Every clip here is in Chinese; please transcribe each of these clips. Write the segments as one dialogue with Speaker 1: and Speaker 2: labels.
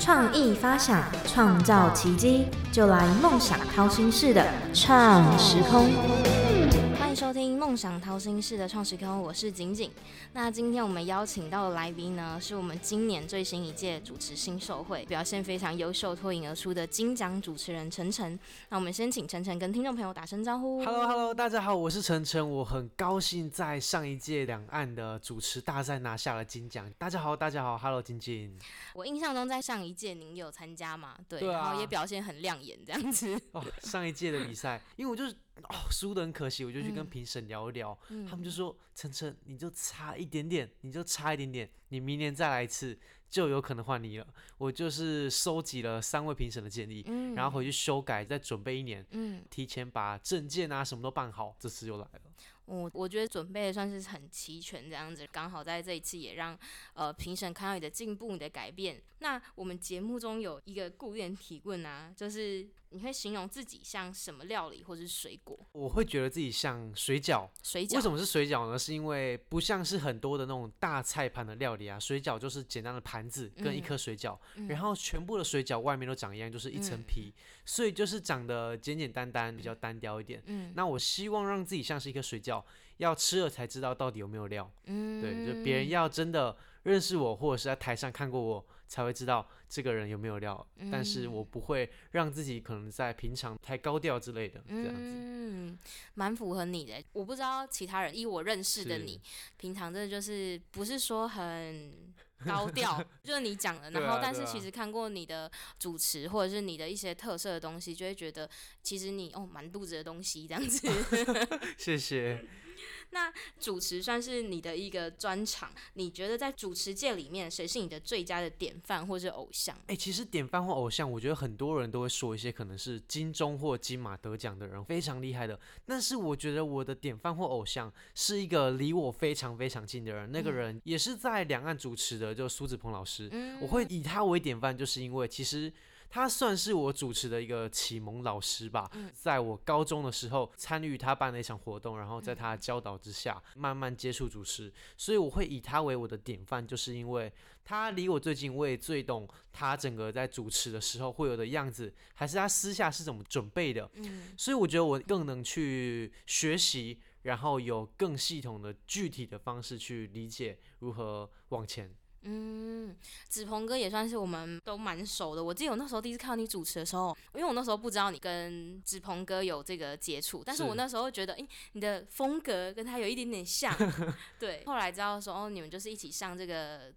Speaker 1: 创意发想，创造奇迹，就来梦想掏心式的创时空。欢迎收听梦想掏心式的创时空，我是景景。那今天我们邀请到的来宾呢，是我们今年最新一届主持新秀会表现非常优秀、脱颖而出的金奖主持人陈晨。那我们先请陈晨跟听众朋友打声招呼。
Speaker 2: Hello， 大家好，我是陈晨，我很高兴在上一届两岸的主持大赛拿下了金奖。大家好，Hello， 景景。
Speaker 1: 我印象中在上一届您有参加嘛？对，
Speaker 2: 啊，
Speaker 1: 然后也表现很亮眼这样子。
Speaker 2: 上一届的比赛，因为我就是输得很可惜，我就去跟评审聊一聊，他们就说晨晨你就差一点点，你明年再来一次就有可能换你了。我就是收集了3位评审的建议，然后回去修改，再准备1年，提前把证件啊什么都办好，这次就来了。
Speaker 1: 我觉得准备的算是很齐全这样子，刚好在这一次也让评审看到你的进步、你的改变。那我们节目中有一个固定提问啊，就是你会形容自己像什么料理或是水果？
Speaker 2: 我会觉得自己像水饺。为什么是水饺呢？是因为不像是很多的那种大菜盘的料理啊，水饺就是简单的盘子跟一颗水饺，然后全部的水饺外面都长一样，就是一层皮，所以就是长得简简单单，比较单调一点。那我希望让自己像是一颗水饺，要吃了才知道到底有没有料。对，就别人要真的认识我，或者是在台上看过我，才会知道这个人有没有料。但是我不会让自己可能在平常太高调之类的，这样子。
Speaker 1: 蛮符合你的。我不知道其他人，依我认识的你，平常真的就是不是说很高调，就是你讲的。然后，但是其实看过你的主持或者是你的一些特色的东西，就会觉得其实你满肚子的东西这样子。
Speaker 2: 谢谢。
Speaker 1: 那主持算是你的一个专长，你觉得在主持界里面，谁是你的最佳的典范或是偶像？
Speaker 2: 其实典范或偶像，我觉得很多人都会说一些可能是金钟或金马得奖的人，非常厉害的。但是我觉得我的典范或偶像是一个离我非常非常近的人，那个人也是在两岸主持的，就苏子鹏老师。我会以他为典范，就是因为其实他算是我主持的一个启蒙老师吧。在我高中的时候参与他办的一场活动，然后在他的教导之下慢慢接触主持，所以我会以他为我的典范，就是因为他离我最近，我也最懂他整个在主持的时候会有的样子，还是他私下是怎么准备的。所以我觉得我更能去学习，然后有更系统的具体的方式去理解如何往前。
Speaker 1: 子鹏哥也算是我们都蛮熟的。我记得我那时候第一次看到你主持的时候，因为我那时候不知道你跟子鹏哥有这个接触，但是我那时候觉得，你的风格跟他有一点点像。对，后来知道说，你们就是一起上这个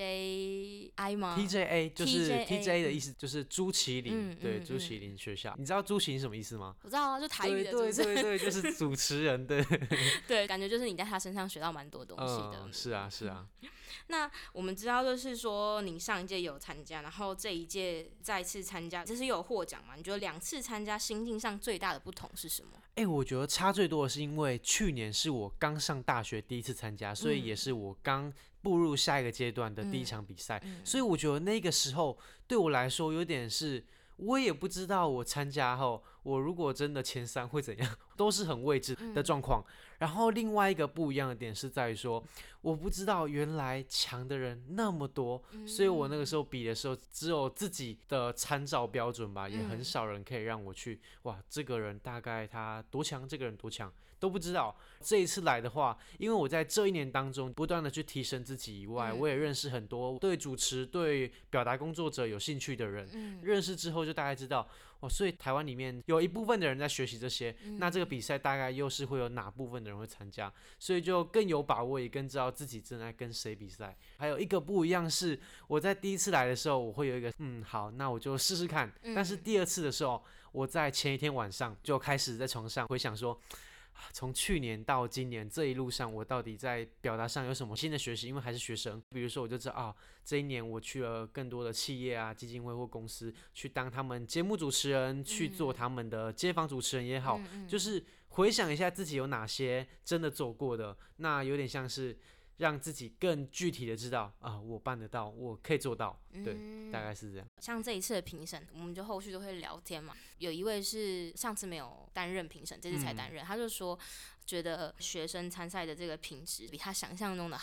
Speaker 1: TJI 吗
Speaker 2: ？TJA 就是 TJA 的意思，就是朱麒麟。对，朱麒麟学校。你知道朱麒麟什么意思吗？
Speaker 1: 我知道啊，就台语的主持人。
Speaker 2: 对，就是主持人。对
Speaker 1: 对，感觉就是你在他身上学到蛮多东西的。
Speaker 2: 是啊。
Speaker 1: 那我们知道就是说，你上一届有参加，然后这一届再次参加，这是有获奖嘛？你觉得2次参加心境上最大的不同是什么？
Speaker 2: 我觉得差最多的是因为去年是我刚上大学第一次参加，所以也是我刚步入下一个阶段的第一场比赛，所以我觉得那个时候对我来说有点是，我也不知道我参加后，我如果真的前3会怎样，都是很未知的状况。然后另外一个不一样的点是在于说，我不知道原来强的人那么多，所以我那个时候比的时候只有自己的参照标准吧，也很少人可以让我去这个人大概他多强，这个人多强都不知道。这一次来的话，因为我在这1年当中不断的去提升自己以外，我也认识很多对主持、对表达工作者有兴趣的人，认识之后就大概知道所以台湾里面有一部分的人在学习这些，那这个比赛大概又是会有哪部分的人会参加，所以就更有把握，也更知道自己正在跟谁比赛。还有一个不一样是，我在第一次来的时候，我会有一个好，那我就试试看。但是第2次的时候，我在前一天晚上就开始在床上回想说，从去年到今年这一路上，我到底在表达上有什么新的学习？因为还是学生，比如说我就知道这一年我去了更多的企业啊、基金会或公司，去当他们节目主持人，去做他们的街访主持人也好，就是回想一下自己有哪些真的走过的，那有点像是让自己更具体的知道我办得到，我可以做到。对，大概是这样。
Speaker 1: 像这一次的评审，我们就后续都会聊天嘛。有一位是上次没有担任评审，这次才担任，他就说觉得学生参赛的这个品质比他想象中的好。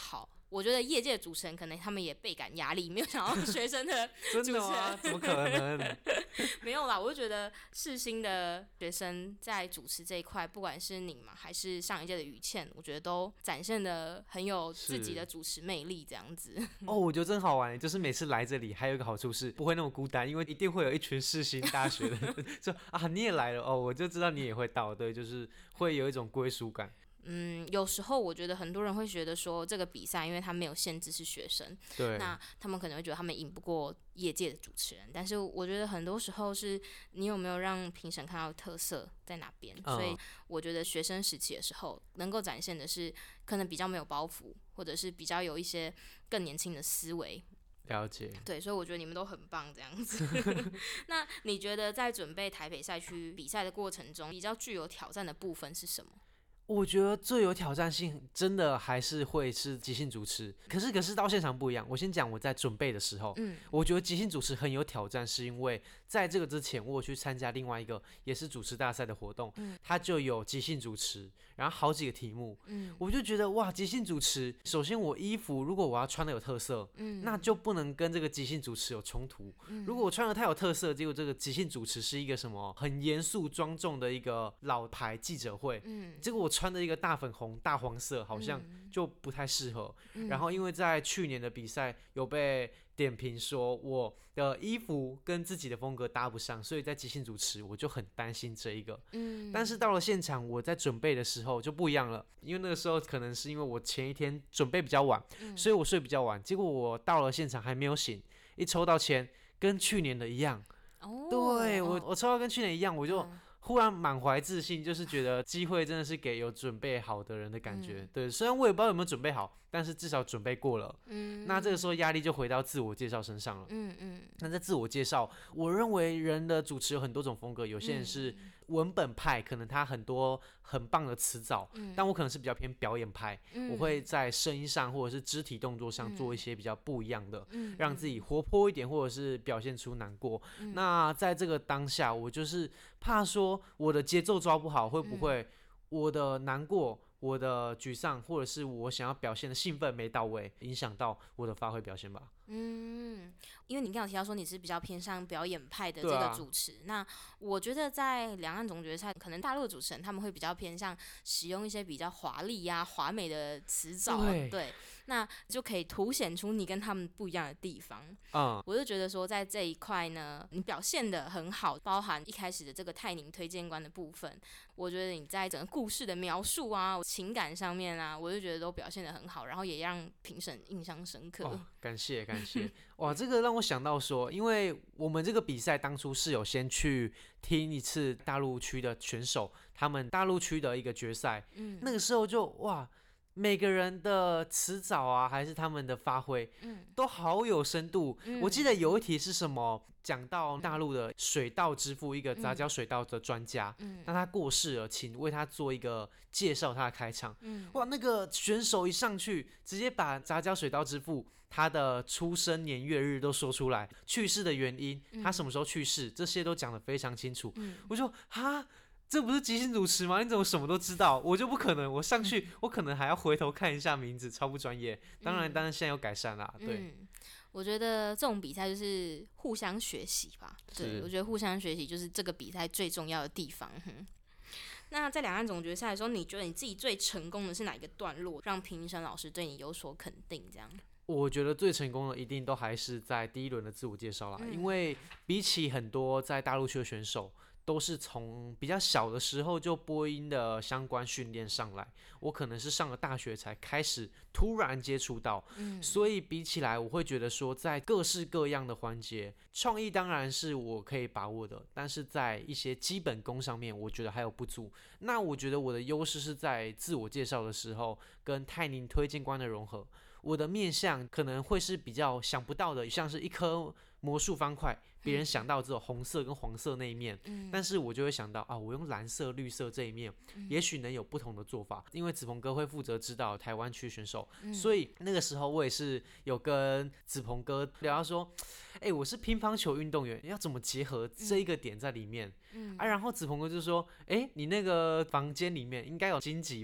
Speaker 1: 我觉得业界主持人可能他们也倍感压力，没有想要学生的主持人。
Speaker 2: 真的吗？怎么可能？
Speaker 1: 没有啦，我就觉得世新的学生在主持这一块，不管是你嘛，还是上一届的于倩，我觉得都展现的很有自己的主持魅力，这样子。
Speaker 2: 哦，我觉得真好玩，就是每次来这里，还有一个好处是不会那么孤单，因为一定会有一群世新大学的人说啊你也来了哦，我就知道你也会到，对，就是会有一种归属感。
Speaker 1: 有时候我觉得很多人会觉得说，这个比赛因为他没有限制是学生，
Speaker 2: 对，
Speaker 1: 那他们可能会觉得他们赢不过业界的主持人。但是我觉得很多时候是你有没有让评审看到特色在哪边。所以我觉得学生时期的时候能够展现的是可能比较没有包袱，或者是比较有一些更年轻的思维。
Speaker 2: 了解。
Speaker 1: 对，所以我觉得你们都很棒这样子。那你觉得在准备台北赛区比赛的过程中，比较具有挑战的部分是什么？
Speaker 2: 我觉得最有挑战性，真的还是会是即兴主持。可是到现场不一样。我先讲我在准备的时候，我觉得即兴主持很有挑战，是因为在这个之前，我有去参加另外一个也是主持大赛的活动，它就有即兴主持，然后好几个题目，我就觉得哇，即兴主持，首先我衣服如果我要穿的有特色，那就不能跟这个即兴主持有冲突。如果我穿的太有特色，结果这个即兴主持是一个什么很严肃庄重的一个老牌记者会，结果我穿的一个大粉红大黄色好像就不太适合，然后因为在去年的比赛有被点评说我的衣服跟自己的风格搭不上，所以在即兴主持我就很担心这一个，但是到了现场我在准备的时候就不一样了，因为那个时候可能是因为我前一天准备比较晚，所以我睡比较晚，结果我到了现场还没有醒，一抽到签跟去年的一样，对，我抽到跟去年一样，我就忽然满怀自信，就是觉得机会真的是给有准备好的人的感觉。对，虽然我也不知道有没有准备好，但是至少准备过了。那这个时候压力就回到自我介绍身上了。那在自我介绍，我认为人的主持有很多种风格，有些人是文本派，可能他很多很棒的词藻，但我可能是比较偏表演派，我会在声音上或者是肢体动作上做一些比较不一样的，让自己活泼一点，或者是表现出难过。那在这个当下，我就是怕说我的节奏抓不好，会不会我的难过、我的沮丧，或者是我想要表现的兴奋没到位，影响到我的发挥表现吧。
Speaker 1: 因为你刚刚提到说你是比较偏向表演派的这个主持，那我觉得在两岸总决赛，可能大陆的主持人他们会比较偏向使用一些比较华丽呀、华美的词藻，对，那就可以凸显出你跟他们不一样的地方。我就觉得说在这一块呢，你表现得很好，包含一开始的这个泰宁推荐官的部分，我觉得你在整个故事的描述啊、情感上面啊，我就觉得都表现得很好，然后也让评审印象深刻。
Speaker 2: 感谢。哇，这个让我想到说，因为我们这个比赛当初是有先去听一次大陆区的选手他们大陆区的一个决赛，那个时候就哇，每个人的词藻啊，还是他们的发挥，都好有深度。我记得有一题是什么，讲到大陆的水稻之父，一个杂交水稻的专家，那他过世了，请为他做一个介绍他的开场。哇，那个选手一上去，直接把杂交水稻之父他的出生年月日都说出来，去世的原因，他什么时候去世，这些都讲得非常清楚。我就哈。这不是即兴主持吗？你怎么什么都知道？我就不可能，我上去我可能还要回头看一下名字，超不专业。当然现在有改善啦。对，
Speaker 1: 我觉得这种比赛就是互相学习吧。对，我觉得互相学习就是这个比赛最重要的地方。那在两岸总决赛的时候，你觉得你自己最成功的是哪一个段落，让评审老师对你有所肯定？这样？
Speaker 2: 我觉得最成功的一定都还是在第一轮的自我介绍啦，因为比起很多在大陆区的选手，都是从比较小的时候就播音的相关训练上来，我可能是上了大学才开始突然接触到，所以比起来我会觉得说在各式各样的环节，创意当然是我可以把握的，但是在一些基本功上面我觉得还有不足。那我觉得我的优势是在自我介绍的时候跟泰宁推荐官的融合，我的面向可能会是比较想不到的，像是一颗魔术方块，别人想到只有红色跟黄色那一面，但是我就会想到啊，我用蓝色绿色这一面，也许能有不同的做法。因为子鹏哥会负责指导台湾区选手，所以那个时候我也是有跟子鹏哥聊到说，我是乒乓球运动员，要怎么结合这一个点在里面，然后子鹏哥就说，你那个房间里面应该有荆棘吧，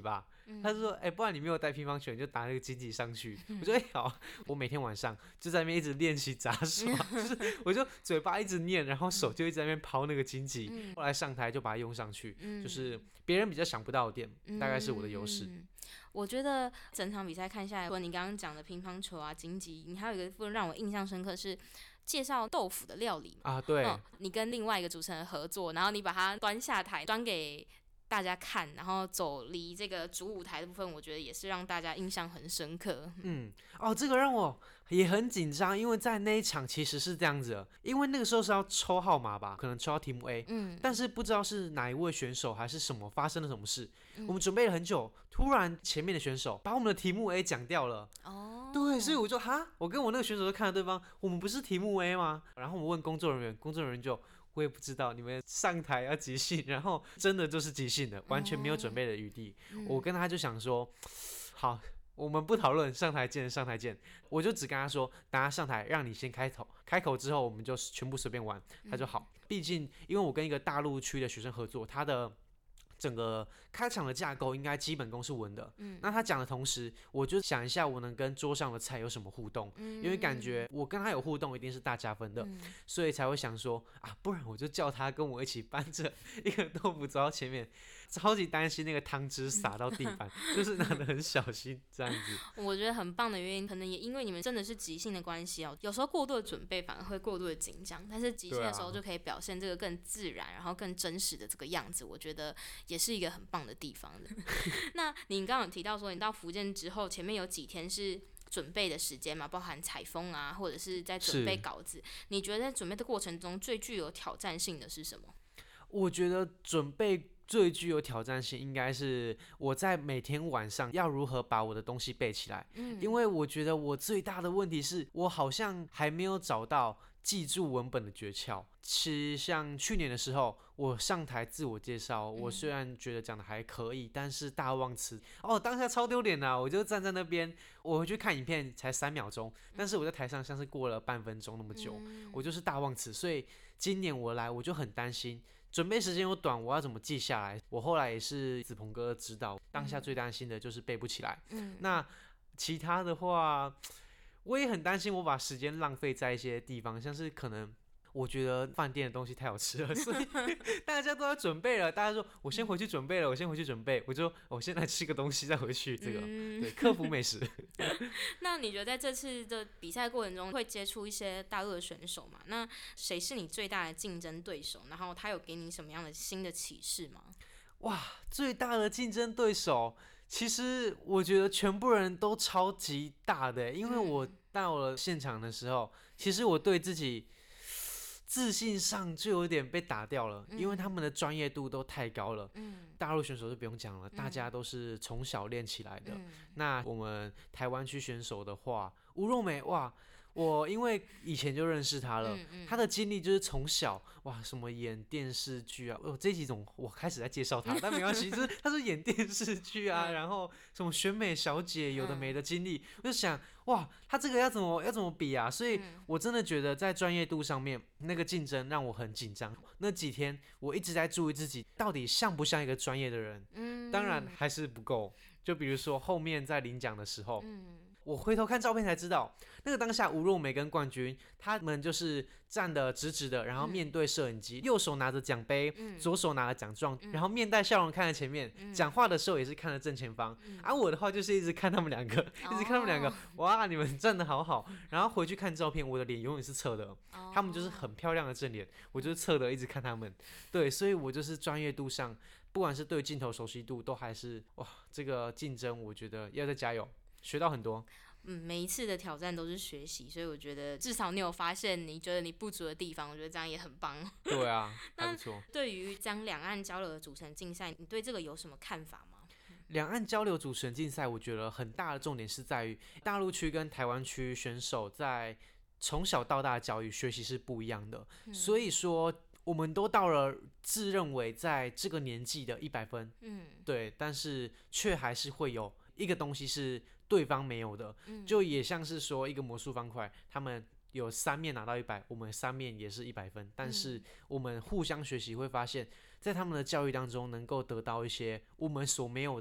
Speaker 2: 他就说不然你没有带乒乓球，你就打那个荆棘上去。我说好，我每天晚上就在那边一直练习杂耍，就是我就嘴巴一直念，然后手就一直在那边抛那个荆棘，后来上台就把它用上去，就是别人比较想不到的点，大概是我的优势。
Speaker 1: 我觉得整场比赛看下来，除了你刚刚讲的乒乓球啊、荆棘，你还有一个部分让我印象深刻是介绍豆腐的料理
Speaker 2: 啊，对，
Speaker 1: 你跟另外一个主持人合作，然后你把它端下台，端给大家看，然后走离这个主舞台的部分，我觉得也是让大家印象很深刻。
Speaker 2: 这个让我也很紧张，因为在那一场其实是这样子的，因为那个时候是要抽号码吧，可能抽到题目 A，但是不知道是哪一位选手还是什么发生了什么事，我们准备了很久，突然前面的选手把我们的题目 A 讲掉了。对，所以我就我跟我那个选手都看到对方，我们不是题目 A 吗？然后我们问工作人员，工作人员就我也不知道，你们上台要即兴，然后真的就是即兴的，完全没有准备的余地。我跟他就想说，好，我们不讨论，上台见，上台见。我就只跟他说，等他上台，让你先开头，开口之后我们就全部随便玩。他就好，毕竟因为我跟一个大陆区的学生合作，他的整个开场的架构应该基本功是稳的，那他讲的同时，我就想一下我能跟桌上的菜有什么互动，因为感觉我跟他有互动一定是大加分的，所以才会想说不然我就叫他跟我一起搬着一个豆腐走到前面，超级担心那个汤汁洒到地板，就是拿得很小心这样子。
Speaker 1: 我觉得很棒的原因，可能也因为你们真的是即兴的关系有时候过度的准备反而会过度的紧张，但是即兴的时候就可以表现这个更自然，然后更真实的这个样子，我觉得也是一个很棒的地方的。那你刚刚有提到说你到福建之后，前面有几天是准备的时间嘛，包含采风啊，或者是在准备稿子，你觉得在准备的过程中最具有挑战性的是什么？
Speaker 2: 我觉得准备最具有挑战性应该是我在每天晚上要如何把我的东西背起来，因为我觉得我最大的问题是我好像还没有找到记住文本的诀窍。其实像去年的时候，我上台自我介绍，我虽然觉得讲的还可以，但是大忘词当下超丢脸啊！我就站在那边，我回去看影片才3秒钟，但是我在台上像是过了半分钟那么久，我就是大忘词。所以今年我来我就很担心，准备时间又短，我要怎么记下来？我后来也是子鹏哥指导，当下最担心的就是背不起来。那其他的话，我也很担心我把时间浪费在一些地方，像是可能我觉得饭店的东西太好吃了，所以大家都要准备了。大家说我先回去准备了，我先回去准备，我先来吃个东西再回去。这个对，克服美食。
Speaker 1: 那你觉得在这次的比赛过程中会接触一些大陆的选手吗？那谁是你最大的竞争对手？然后他有给你什么样的新的启示吗？
Speaker 2: 哇，最大的竞争对手，其实我觉得全部人都超级大的，因为我到了现场的时候，其实我对自己自信上就有点被打掉了，因为他们的专业度都太高了。大陆选手就不用讲了，大家都是从小练起来的。那我们台湾区选手的话，吴若美，哇，我因为以前就认识他了，他的经历就是从小什么演电视剧啊，这几种我开始在介绍他，但没关系，就是他是演电视剧啊，然后什么选美小姐有的没的经历，我就想他这个要怎么比啊？所以我真的觉得在专业度上面那个竞争让我很紧张。那几天我一直在注意自己到底像不像一个专业的人，当然还是不够。就比如说后面在领奖的时候，我回头看照片才知道，那个当下吴若美跟冠军他们就是站得直直的，然后面对摄影机，右手拿着奖杯，左手拿着奖状，然后面带笑容看着前面，讲话的时候也是看着正前方。我的话就是一直看他们两个，一直看他们两个，哇，你们站得好好。然后回去看照片，我的脸永远是侧的，他们就是很漂亮的正脸，我就是侧的一直看他们。对，所以我就是专业度上，不管是对镜头熟悉度，都还是这个竞争，我觉得要再加油。学到很多，
Speaker 1: 每一次的挑战都是学习，所以我觉得至少你有发现你觉得你不足的地方，我觉得这样也很棒。
Speaker 2: 对啊，还不错。
Speaker 1: 对于将两岸交流的组成竞赛，你对这个有什么看法吗？
Speaker 2: 两岸交流组成竞赛，我觉得很大的重点是在于大陆区跟台湾区选手在从小到大的教育学习是不一样的，所以说我们都到了自认为在这个年纪的100分，对，但是却还是会有一个东西是对方没有的，就也像是说一个魔术方块，他们有3面拿到100，我们3面也是100分，但是我们互相学习会发现，在他们的教育当中能够得到一些我们所没有的，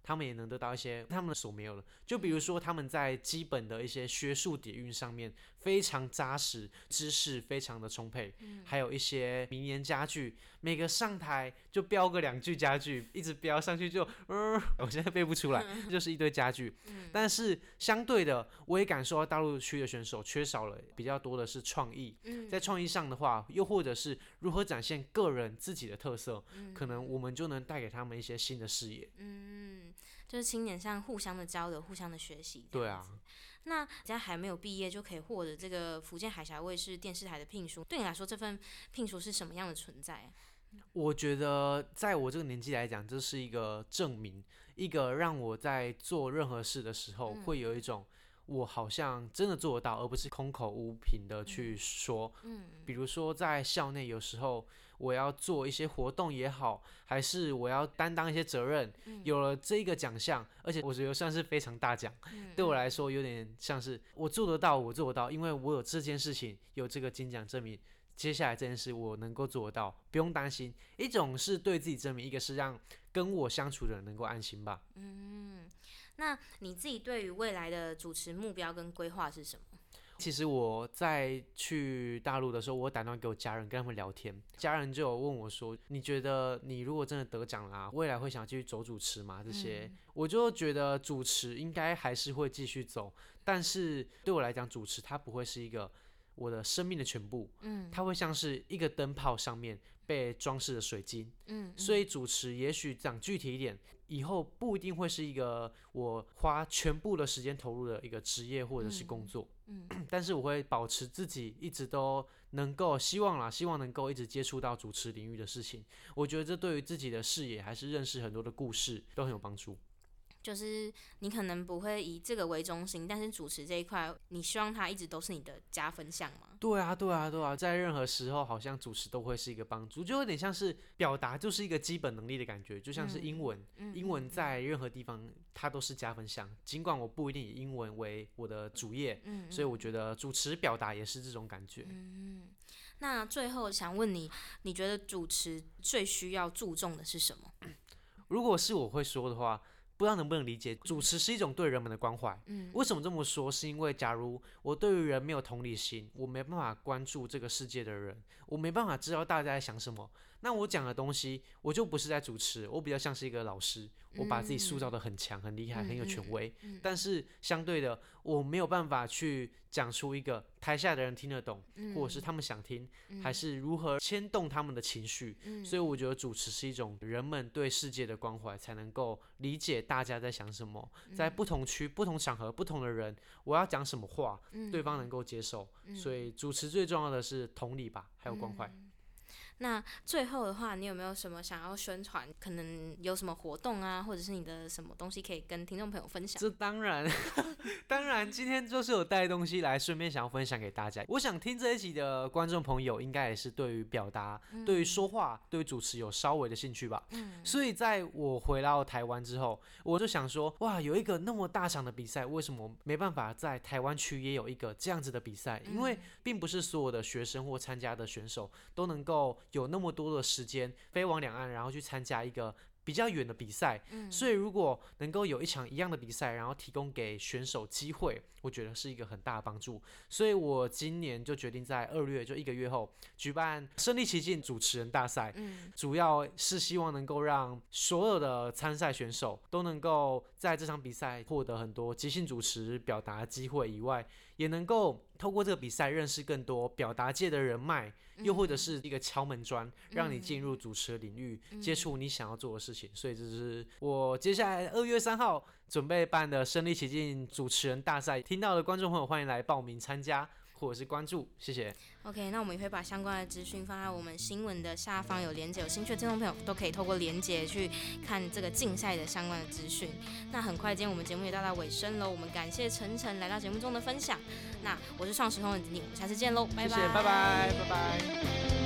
Speaker 2: 他们也能得到一些他们所没有的。就比如说他们在基本的一些学术底蕴上面非常扎实，知识非常的充沛，还有一些名言佳句，每个上台就标个2句佳句，一直标上去就我现在背不出来，就是一堆佳句。但是相对的，我也感受到大陆区的选手缺少了比较多的是创意，在创意上的话，又或者是如何展现个人自己的特色，可能我们就能带给他们一些新的视野。
Speaker 1: 就是青年上互相的交流，互相的学习。
Speaker 2: 对啊。
Speaker 1: 那人家还没有毕业就可以获得这个福建海峡卫视电视台的聘书，对你来说这份聘书是什么样的存在？
Speaker 2: 我觉得在我这个年纪来讲，这是一个证明，一个让我在做任何事的时候会有一种我好像真的做得到，而不是空口无凭的去说。比如说在校内，有时候我要做一些活动也好，还是我要担当一些责任，有了这个奖项，而且我觉得算是非常大奖，对我来说有点像是我做得到，我做得到，因为我有这件事情，有这个金奖证明。接下来这件事我能够做得到，不用担心。一种是对自己证明，一个是让跟我相处的人能够安心吧。
Speaker 1: 那你自己对于未来的主持目标跟规划是什么？
Speaker 2: 其实我在去大陆的时候，我打电话给我家人，跟他们聊天，家人就有问我说：“你觉得你如果真的得奖啦，未来会想继续走主持吗？”这些，我就觉得主持应该还是会继续走，但是对我来讲，主持它不会是一个我的生命的全部，它会像是一个灯泡上面被装饰的水晶，所以主持也许讲具体一点，以后不一定会是一个我花全部的时间投入的一个职业或者是工作，但是我会保持自己一直都能够希望能够一直接触到主持领域的事情，我觉得这对于自己的视野还是认识很多的故事都很有帮助。
Speaker 1: 就是你可能不会以这个为中心，但是主持这一块，你希望它一直都是你的加分项吗？
Speaker 2: 对啊，在任何时候好像主持都会是一个帮助，就有点像是表达就是一个基本能力的感觉，就像是英文，英文在任何地方它都是加分项，尽管我不一定以英文为我的主业，所以我觉得主持表达也是这种感觉。
Speaker 1: 那最后想问你，你觉得主持最需要注重的是什么？
Speaker 2: 如果是我会说的话，不知道能不能理解，主持是一种对人们的关怀。为什么这么说？是因为假如我对于人没有同理心，我没办法关注这个世界的人，我没办法知道大家在想什么，那我讲的东西我就不是在主持，我比较像是一个老师，我把自己塑造得很强、很厉害、很有权威。但是相对的，我没有办法去讲出一个台下的人听得懂，或者是他们想听，还是如何牵动他们的情绪。所以我觉得主持是一种人们对世界的关怀，才能够理解大家在想什么，在不同区、不同场合、不同的人，我要讲什么话，对方能够接受。所以主持最重要的是同理吧，还有关怀。
Speaker 1: 那最后的话，你有没有什么想要宣传？可能有什么活动啊，或者是你的什么东西可以跟听众朋友分享？
Speaker 2: 这当然，当然，今天就是有带东西来，顺便想要分享给大家。我想听这一集的观众朋友，应该也是对于表达、对于说话、对于主持有稍微的兴趣吧。所以在我回到台湾之后，我就想说，哇，有一个那么大场的比赛，为什么没办法在台湾区也有一个这样子的比赛？因为并不是所有的学生或参加的选手都能够有那么多的时间飞往两岸，然后去参加一个比较远的比赛，所以如果能够有一场一样的比赛，然后提供给选手机会，我觉得是一个很大的帮助。所以我今年就决定在2月，就1个月后举办身临其境主持人大赛，主要是希望能够让所有的参赛选手都能够在这场比赛获得很多即兴主持表达机会以外，也能够透过这个比赛认识更多表达界的人脉，又或者是一个敲门砖，让你进入主持的领域，接触你想要做的事情。所以这是我接下来2月3号准备办的身临其境主持人大赛，听到的观众朋友欢迎来报名参加或者是关注，谢谢。
Speaker 1: OK， 那我们也会把相关的资讯放在我们新闻的下方有连结，有兴趣的听众朋友都可以透过连结去看这个竞赛的相关的资讯。那很快，今天我们节目也到尾声了，我们感谢晨晨来到节目中的分享。那我是创时空的景景，我们下次见喽，拜拜，
Speaker 2: 谢谢，拜拜，拜拜。